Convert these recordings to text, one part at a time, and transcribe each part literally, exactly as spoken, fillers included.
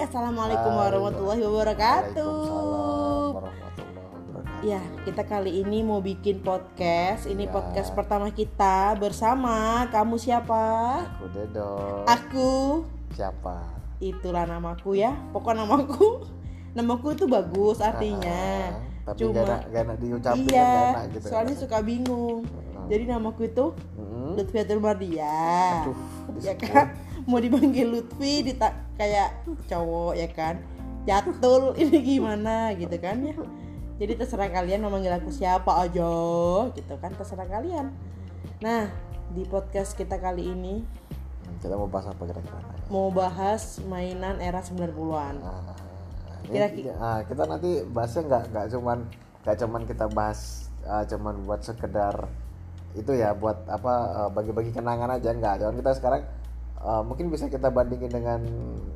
Assalamualaikum warahmatullahi wabarakatuh. Waalaikumsalam warahmatullahi wabarakatuh. Ya, kita kali ini mau bikin podcast. Ini Ya. podcast pertama kita bersama kamu siapa? Aku Dedo. Aku. Siapa? Itulah namaku ya. Pokok namaku. Namaku itu bagus artinya. Ah, tapi Cuma gak enak, gak enak diucapin iya, kan, gak enak gitu. soalnya suka bingung. Hmm. Jadi namaku itu Hmm. Lutfiatul Mardia. Aduh, Ya disebut. kan? Mau dipanggil Lutfi dita- kayak cowok ya kan. Jatul ini gimana gitu kan ya. Jadi terserah kalian mau manggil aku siapa aja gitu kan, terserah kalian. Nah, di podcast kita kali ini Kita mau bahas apa kira-kira? mau bahas mainan era sembilan puluhan. Ah, ini, Kira-kira- ah, kita nanti bahasnya nggak nggak cuman nggak cuman kita bahas ah, cuman buat sekedar itu ya, buat apa ah, bagi-bagi kenangan aja, nggak. Cuman kita sekarang ah, mungkin bisa kita bandingin dengan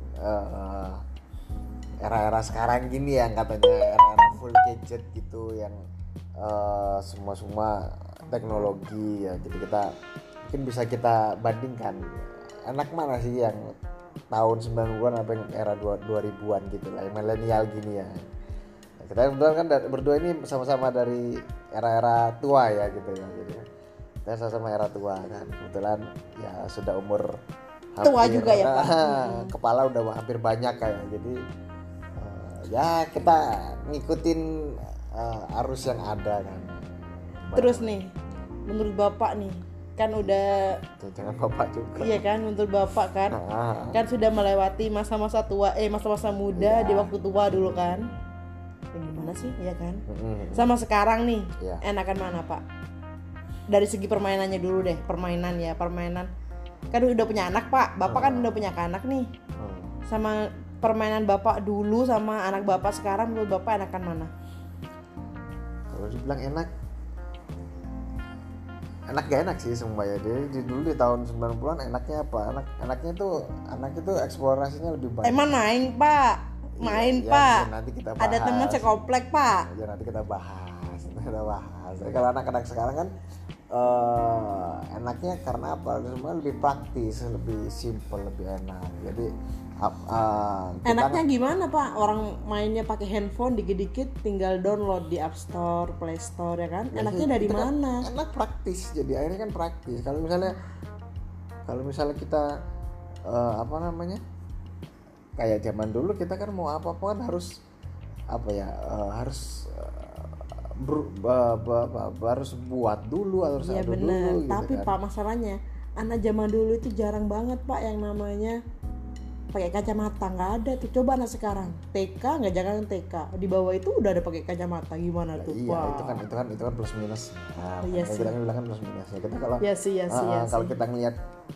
ah, era-era sekarang gini yang katanya era-era full gadget gitu, yang ah, semua-semua teknologi ya. Jadi kita mungkin bisa kita bandingkan enak mana sih yang tahun sembilan puluhan apa yang era dua ribuan gitu lah, yang milenial gini ya. Nah, kita kebetulan kan da- berdua ini sama-sama dari era-era tua ya gitu ya. Jadi kita sama-sama era tua kan. Kebetulan ya sudah umur Tua juga ya, Pak. Kepala udah hampir banyak kayak. Jadi eh, ya kita ngikutin eh, arus yang ada kan. Terus nih, menurut Bapak nih, kan udah Jangan bapak juga. iya kan, menurut Bapak kan Ah, kan sudah melewati masa-masa tua eh masa-masa muda Iya. di waktu tua dulu kan. Ya, gimana sih ya kan? mm-mm. Sama sekarang nih, Iya. enakan mana Pak? Dari segi permainannya dulu deh, permainan ya, permainan. Kan udah punya anak Pak, Bapak kan Hmm. udah punya anak nih. Hmm. Sama permainan Bapak dulu sama anak Bapak sekarang, menurut Bapak enakan mana? Kalau dibilang enak, enak gak enak sih semua ya. Jadi di dulu di tahun sembilan puluhan enaknya apa? Anak anaknya tuh anak itu eksplorasinya lebih banyak. Emang main Pak, main Iya, Pak. ya, nanti kita Ada bahas. teman sekomplek Pak. Ya nanti kita bahas, nanti kita bahas. Jadi kalau anak-anak sekarang kan eh, enaknya karena apa? Semua lebih praktis, lebih simple, lebih enak. Jadi ap- eh, kita Enaknya gimana Pak? Orang mainnya pakai handphone dikit-dikit tinggal download di App Store, Play Store ya kan? Ya, Enaknya itu dari kan mana? enak praktis, jadi akhirnya kan praktis. Kalau misalnya kalau misalnya kita eh, apa namanya, kayak zaman dulu kita kan mau apa-apa kan harus apa ya, eh, harus eh, ber, ba- ba- ba- ba- harus buat dulu, harus Iya adu benar. dulu gitu Tapi kan. Pak masalahnya anak zaman dulu itu jarang banget Pak yang namanya pakai kacamata, nggak ada tuh. Coba anak sekarang T K, nggak jangan T K di bawah itu udah ada pakai kacamata, gimana Nah, tuh iya Pak? itu kan itu kan itu kan plus minus. Nah, Iya makanya sih. kita kan bilang kan plus minus ya. Kita kalau Iya sih, iya sih, eh, iya kalau sih. kita ngelihat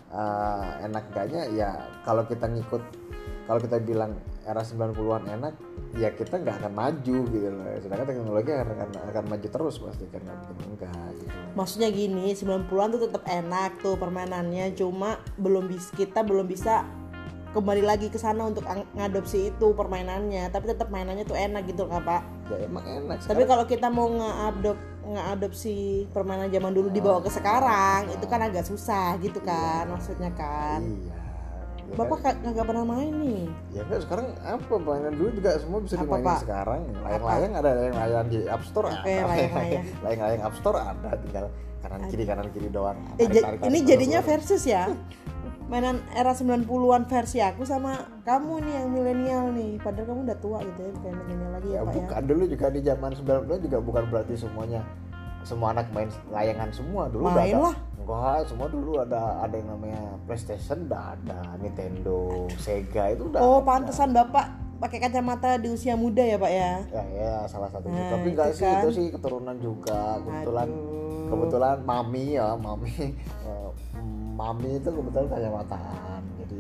eh, enak enggaknya ya, kalau kita ngikut, kalau kita bilang era sembilan puluhan enak, ya kita nggak akan maju gitu loh. Sedangkan teknologi akan akan, akan maju terus pasti kan, nggak mungkin enggak gitu. Maksudnya gini, sembilan puluhan tuh tetap enak tuh permainannya, cuma belum bisa kita belum bisa kembali lagi ke sana untuk ang- ngadopsi itu permainannya, tapi tetap mainannya tuh enak gitu kan Pak. Ya emang enak. Tapi Sekarang- kalau kita mau ngeadop ngeadopsi permainan zaman dulu dibawa ke sekarang, itu kan agak susah gitu kan, maksudnya kan. iya. Ya Bapak kan? ka- nggak pernah main nih. Ya kan sekarang apa, mainan dulu juga semua bisa Apa, dimainin Pak? sekarang. Layang-layang ada, layang-layang di App Store Oke, ada. layang-layang. Layang-layang App Store ada, tinggal kanan kiri kanan kiri doang. Eh, ja- Tarik-tarik, ini tarik, jadinya tarik. versus ya. Mainan era sembilan puluhan versi aku sama kamu nih yang milenial nih. Padahal kamu udah tua gitu ya, bukan milenial lagi ya, Ya Pak bukan, dulu juga di zaman sembilan puluhan juga bukan berarti semuanya semua anak main layangan semua. Dulu udah Main ada. lah. Enggak, semua dulu ada ada yang namanya PlayStation, udah ada Nintendo, Sega itu udah. ya. Oh, ada. pantesan Bapak pakai kacamata di usia muda ya, Pak ya. Ya, ya salah satunya. Nah, Tapi enggak itu sih, kan. itu sih keturunan juga. Kebetulan Aduh. kebetulan mami ya, mami eh, mami itu kebetulan kacamataan. Jadi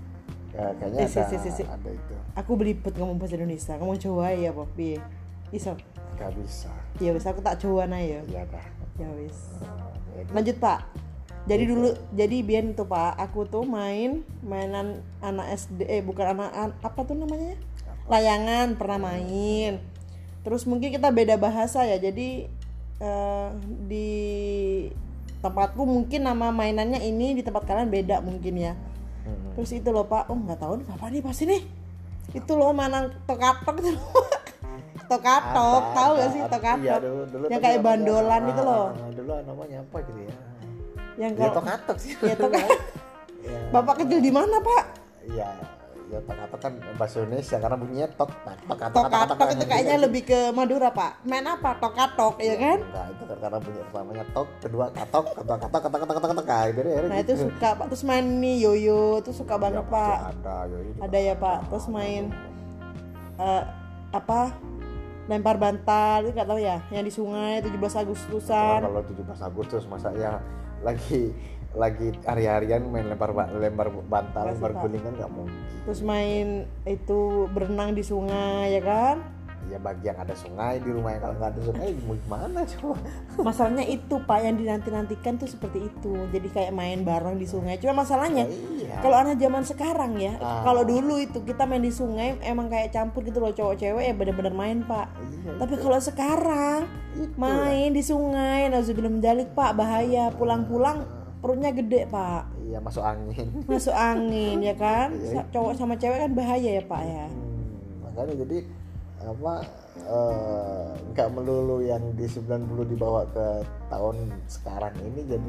ya, kayaknya Eh, si, ada si, si, si. ada itu. Aku belibet ngomong bahasa Indonesia. Kamu coba ya, Pak. Piye? Iso. Enggak bisa. Ya wis aku tak coba nah ya. Iya dah. Ya wis. Eh, jadi- Lanjut, Pak. Jadi dulu jadi biar tuh Pak, aku tuh main mainan anak S D eh bukan anak an- apa tuh namanya? Layangan pernah main. Terus mungkin kita beda bahasa ya. Jadi eh, di tempatku mungkin nama mainannya ini, di tempat kalian beda mungkin ya. Mm-mm. Terus itu loh Pak, oh nggak tahu nih apa nih pasti nih. Itu loh mainan tokatok itu. Tokatok, Ada, tahu ada, gak sih ada. tokatok? Iya, dulu, dulu yang tapi kayak namanya- bandolan itu ah, loh. ah, dulu namanya apa gitu ya? Yang Ya kalau tokatok sih. ya tokatok. Ya. Bapak kecil di mana, Pak? Iya, ya tokatok kan bahasa Indonesia karena bunyinya tok tok tok tok Tokatok itu kayaknya lebih ke Madura, Pak. Main apa? Tokatok, ya kan? Enggak, itu kan karena bunyi pertamanya tok, kedua katok, katok katok katok katok katok katok kayak gitu ya. Nah, itu suka, Pak. Terus main nih yoyo, itu suka banget, Pak. Ada, ya, ini Ada ya, Pak. Terus main eh, apa? Lempar bantal, itu nggak tahu ya, yang di sungai tujuh belas Agustusan. kalau tujuh belas Agustus masa ya lagi lagi hari-harian main lempar ba- lempar bantal, Nggak lempar sih, Pak. guling kan nggak mungkin. Terus main itu berenang di sungai, ya kan? Ya bagi yang ada sungai di rumah, yang kalau nggak ada sungai mau gimana coba? Masalahnya itu, Pak, yang dinanti-nantikan tuh seperti itu. Jadi kayak main bareng di sungai. Cuma masalahnya Iya. kalau anak zaman sekarang ya, Ah. kalau dulu itu kita main di sungai emang kayak campur gitu loh, cowok cewek ya bener-bener main, Pak. Iya, Tapi kalau sekarang Itu main di sungai, nauzubillah menjalik, Pak, bahaya. Pulang-pulang perutnya gede, Pak. iya masuk angin. Masuk angin, ya kan? Iya. Sa- Cowok sama cewek kan bahaya ya, Pak ya. Hmm, makanya jadi apa eh, nggak melulu yang di sembilan puluh dibawa ke tahun sekarang ini jadi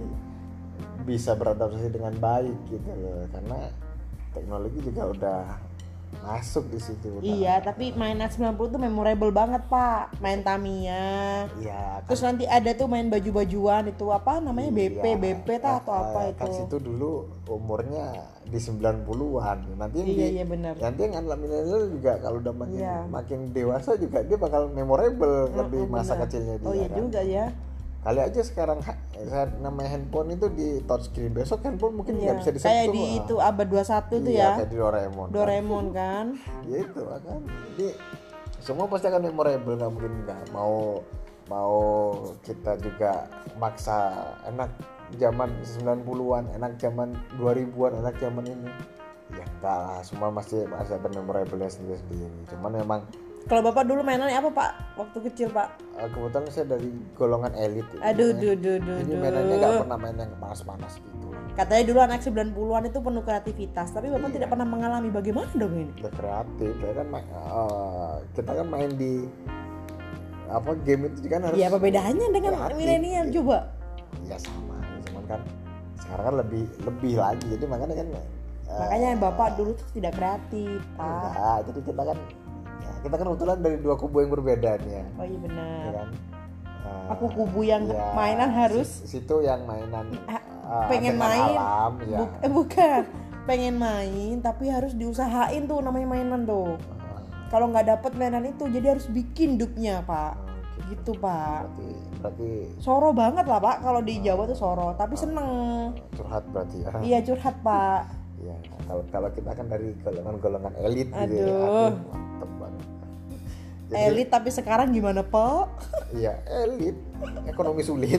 bisa beradaptasi dengan baik gitu loh, karena teknologi juga udah masuk di situ. udah. Iya, tapi mainan sembilan puluh tuh memorable banget, Pak. Main Tamiya. Iya kan. Terus nanti ada tuh main baju-bajuan itu apa namanya B P, Iya, B P tah atau eh, apa eh, itu. Kan situ dulu umurnya di sembilan puluhan. Nanti yang Iya, di, iya benar. nanti yang anak milenial juga kalau udah makin Iya. makin dewasa juga dia bakal memorable di Mm, masa benar. kecilnya dia. Oh iya kan. juga ya. Kali aja sekarang ha- saat namanya handphone itu di touchscreen, besok handphone mungkin Iya. nggak bisa disentuh. Kayak di ah. itu abad dua puluh satu tuh Iya, ya. kayak di Doraemon. kan. Doraemon kan. Ya itu kan. Jadi semua pasti akan memorable, nggak mungkin nggak. Mau mau kita juga maksa enak zaman sembilan puluhan, enak zaman dua ribuan, enak zaman ini. Ya enggak lah, semua masih masih ada memorable sendiri-sendiri. Cuman memang Kalau Bapak dulu mainannya apa, Pak? Waktu kecil, Pak? eh, kebetulan saya dari golongan elit. ya. Aduh, duh, duh, duh, Jadi duh. mainannya nggak pernah main yang panas-panas gitu. Katanya dulu anak sembilan puluhan itu penuh kreativitas, tapi Bapak Iya. tidak pernah mengalami. Bagaimana dong ini? Udah kreatif, ya kan ma- eh, kita kan main di apa game itu kan harus. Iya, apa bedanya dengan kreatif, milenial gitu. coba? Ya sama, cuman kan sekarang kan lebih lebih lagi, jadi makanya kan eh, Makanya Bapak dulu tuh tidak kreatif, Pak. enggak, jadi kita kan ya, kita kan kebetulan dari dua kubu yang berbeda nih ya, Oh iya ya benar. kan. Eh, Aku kubu yang ya, mainan harus si- situ yang mainan Ah, eh, pengen dengan main. alam, ya. Buk- eh, bukan. Pengen main tapi harus diusahain tuh namanya mainan tuh. Eh, Kalau nggak dapet mainan itu jadi harus bikin dupnya, Pak. eh, Gitu, Pak. berarti berarti Soro banget lah, Pak. Kalau di Jawa tuh soro, tapi seneng. curhat berarti ya. Iya, curhat, Pak. Ya, kalau kalau kita kan dari golongan-golongan elit gitu ya. Aduh. Mantep banget. Elit tapi sekarang gimana, Pak? Iya, elit. Ekonomi sulit.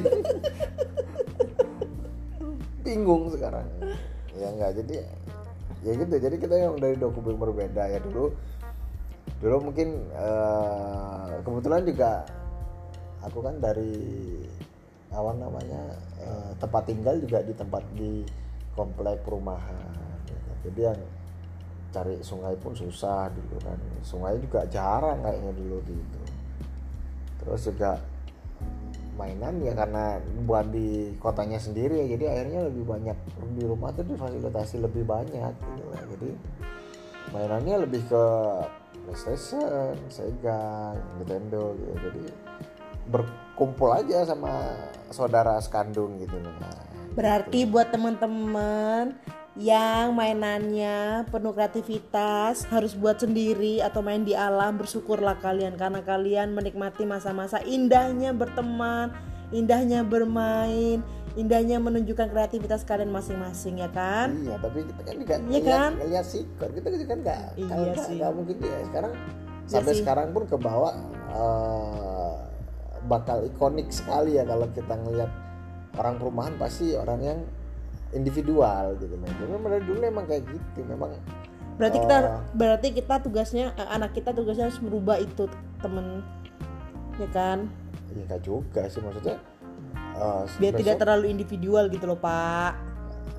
Bingung sekarang. Ya enggak, jadi ya gitu. Jadi kita yang dari dua kubu yang berbeda ya dulu. Dulu mungkin eh, kebetulan juga aku kan dari awal namanya eh, tempat tinggal juga di tempat di komplek perumahan. gitu. Jadi yang cari sungai pun susah dulu kan. Sungai juga jarang kayaknya dulu gitu. Terus juga mainan ya karena bukan di kotanya sendiri ya, jadi akhirnya lebih banyak di rumah tuh difasilitasi lebih banyak gitu lah. Jadi mainannya lebih ke PlayStation, Sega, Nintendo gitu. Jadi berkumpul aja sama saudara sekandung gitu loh. Nah, Berarti buat teman-teman yang mainannya penuh kreativitas harus buat sendiri atau main di alam, bersyukurlah kalian karena kalian menikmati masa-masa indahnya berteman, indahnya bermain, indahnya menunjukkan kreativitas kalian masing-masing, ya kan? Iya, tapi kita kan juga Iya ngeliat, kan? ngeliat sikon, kita juga kan nggak, Iya kalau nggak- sih. nggak mungkin ya sekarang Iya sampai sih. sekarang pun ke bawah eh, bakal ikonik sekali ya kalau kita ngelihat orang perumahan pasti orang yang individual gitu. Nah, jadi memang dari dulu emang kayak gitu, memang Berarti kita eh, berarti kita tugasnya eh, anak kita tugasnya harus merubah itu, temen, ya kan? ya nggak juga sih maksudnya. eh, Biar besok- tidak terlalu individual gitu loh, Pak.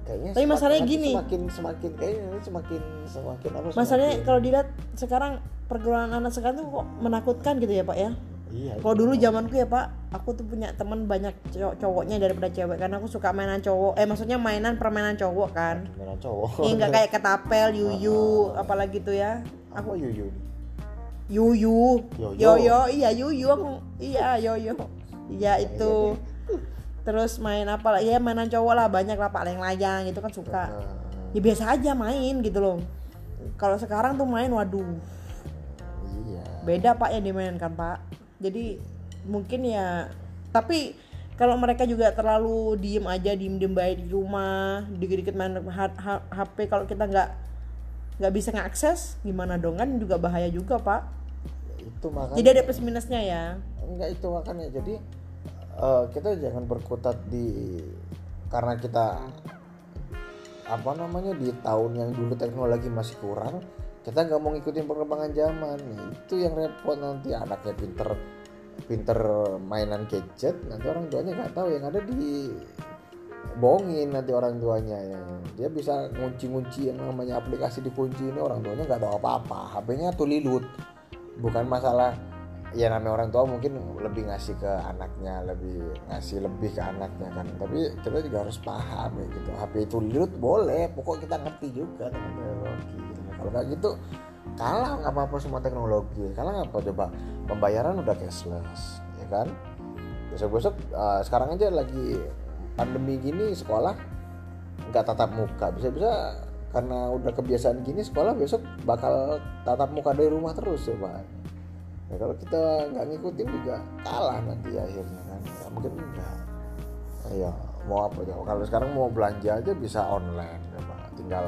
kayaknya Tapi semakin masalahnya nanti gini. semakin semakin kayaknya ini semakin semakin apa Masalahnya semakin- kalau dilihat sekarang pergaulan anak sekarang tuh kok menakutkan gitu ya Pak ya. iya Kalau dulu zamanku ya Pak, aku tuh punya teman banyak cow- cowoknya daripada cewek karena aku suka mainan cowok. Eh maksudnya mainan permainan cowok kan. gimana cowok Ini nggak kayak ketapel, yuyu, apalagi tuh ya. apa yuyu nih? Yuyu, Yoyo. yoyo, iya yuyu aku, iya yoyo, iya itu. Terus main apa lah, ya mainan cowok lah banyak lah Pak, layang-layang itu kan suka. Ya biasa aja main gitu loh. Kalau sekarang tuh main, waduh, Iya. beda Pak yang dimainkan Pak. Jadi mungkin ya, tapi kalau mereka juga terlalu diem aja, diem-diem baik di rumah, dikit-dikit main H- H- H P, kalau kita nggak nggak bisa ngakses, gimana dong, kan juga bahaya juga Pak. Itu makanya. Jadi ada plus minusnya ya. Enggak itu makanya. Jadi eh, kita jangan berkutat di karena kita apa namanya di tahun yang dulu teknologi masih kurang, kita nggak mau ngikutin perkembangan zaman. Itu yang repot, nanti anaknya pinter pinter mainan gadget, nanti orang tuanya nggak tahu, yang ada di bohongin nanti orang tuanya ya. Dia bisa ngunci-ngunci yang namanya aplikasi dikunci, ini orang tuanya nggak tahu apa-apa, H P-nya tuh lilut. Bukan masalah ya, namanya orang tua mungkin lebih ngasih ke anaknya, lebih ngasih lebih ke anaknya kan, tapi kita juga harus paham ya gitu. H P itu lilut boleh, pokok kita ngerti juga dengan teknologi. Nah, kalau kayak gitu kalah nggak apa-apa semua teknologi, kalah nggak apa coba, pembayaran udah cashless ya kan. Besok-besok uh, sekarang aja lagi pandemi gini, sekolah nggak tatap muka, bisa-bisa karena udah kebiasaan gini sekolah besok bakal tatap muka dari rumah terus ya Pak. Ya, kalau kita nggak ngikutin juga kalah nanti akhirnya kan, ya, mungkin enggak. Ayo mau apa ya, kalau sekarang mau belanja aja bisa online ya Pak, tinggal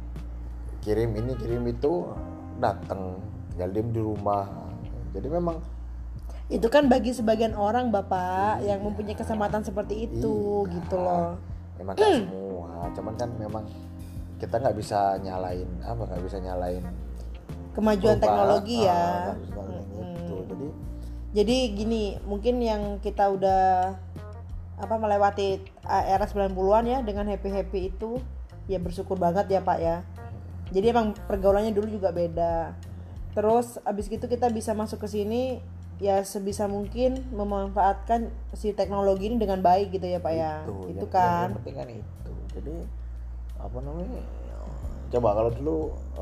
kirim ini kirim itu, datang, tinggal diem di rumah. Jadi memang Itu kan bagi sebagian orang Bapak yang mempunyai kesempatan seperti itu iya, gitu loh. memang kan semua, cuman kan memang kita nggak bisa nyalain apa nggak bisa nyalain Kemajuan perubahan, teknologi ah, ya. nggak bisa nyalain itu. Jadi Jadi gini, mungkin yang kita udah apa melewati era sembilan puluhan ya dengan happy-happy itu, ya bersyukur banget ya Pak ya. Jadi emang pergaulannya dulu juga beda. Terus abis gitu kita bisa masuk ke sini ya sebisa mungkin memanfaatkan si teknologi ini dengan baik gitu ya Pak ya. itu, Itu yang, kan. yang penting kan itu. Jadi apa namanya, coba kalau dulu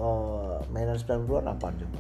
uh, mainan sembilan puluhan apa coba?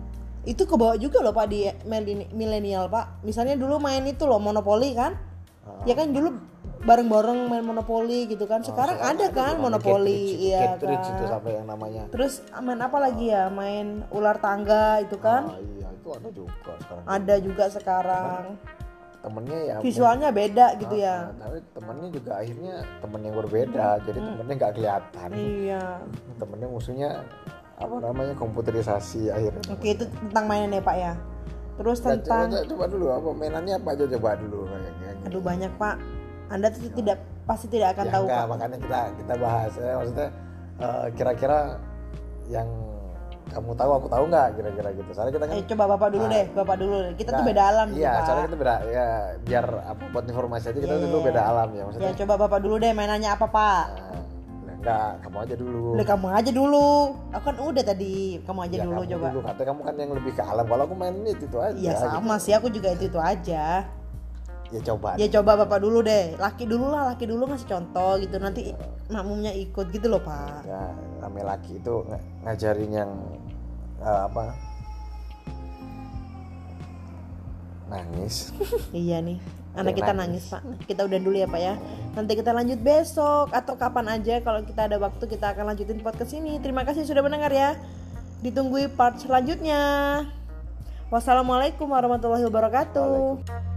Itu kebawa juga loh Pak di milenial Pak. Misalnya dulu main itu loh Monopoly kan. Ah. Ya kan dulu bareng-bareng main Monopoly gitu kan. Sekarang, Oh, ada kan tuh, Monopoly, Get Rich, iya Get Rich itu kan. sampai yang namanya. Terus main apa lagi ya? Main ular tangga itu kan. Ah, iya itu ada juga sekarang. Ada juga sekarang. Temennya ya. Visualnya beda gitu Ah, ya. ah, tapi temennya juga akhirnya temen yang berbeda, jadi temennya nggak kelihatan. Iya. Temennya musuhnya apa namanya, komputerisasi akhirnya. Oke, itu tentang mainan ya Pak ya. Terus Nah, coba, tentang coba, coba dulu apa mainannya apa aja coba dulu kayak kayak aduh gini. banyak Pak. Anda tuh tidak pasti tidak akan Ya tahu enggak, Pak. makanya kita kita bahas ya, maksudnya eh, kira-kira yang kamu tahu aku tahu nggak kira-kira gitu. Soalnya kita kan Eh coba Bapak dulu deh, Bapak dulu. Kita tuh nggak- beda alam gitu Iya, Pak. soalnya kita beda ya, biar apa buat informasi aja kita Iya. dulu beda alam ya Ya maksudnya. coba Bapak dulu deh mainannya apa Pak? Nah, enggak, kamu aja dulu. Udah kamu aja dulu. Aku kan udah tadi, kamu aja Ya, dulu kamu coba. dulu, katanya kamu kan yang lebih ke alam. Kalau aku main itu itu aja. Iya sama gitu. sih, aku juga itu itu aja. Ya coba. Ya coba Bapak dulu deh. Laki dulu lah, laki dulu ngasih contoh gitu. Nanti makmumnya ikut gitu loh Pak. Ya, namanya laki itu ng- ngajarin yang eh, apa? Nangis. Iya nih. Anak Yang kita nangis. nangis Pak. Kita udah dulu ya Pak ya. Nanti kita lanjut besok atau kapan aja kalau kita ada waktu kita akan lanjutin podcast ini. Terima kasih sudah mendengar ya. Ditunggu part selanjutnya. Wassalamualaikum warahmatullahi wabarakatuh. Waalaikumsalam.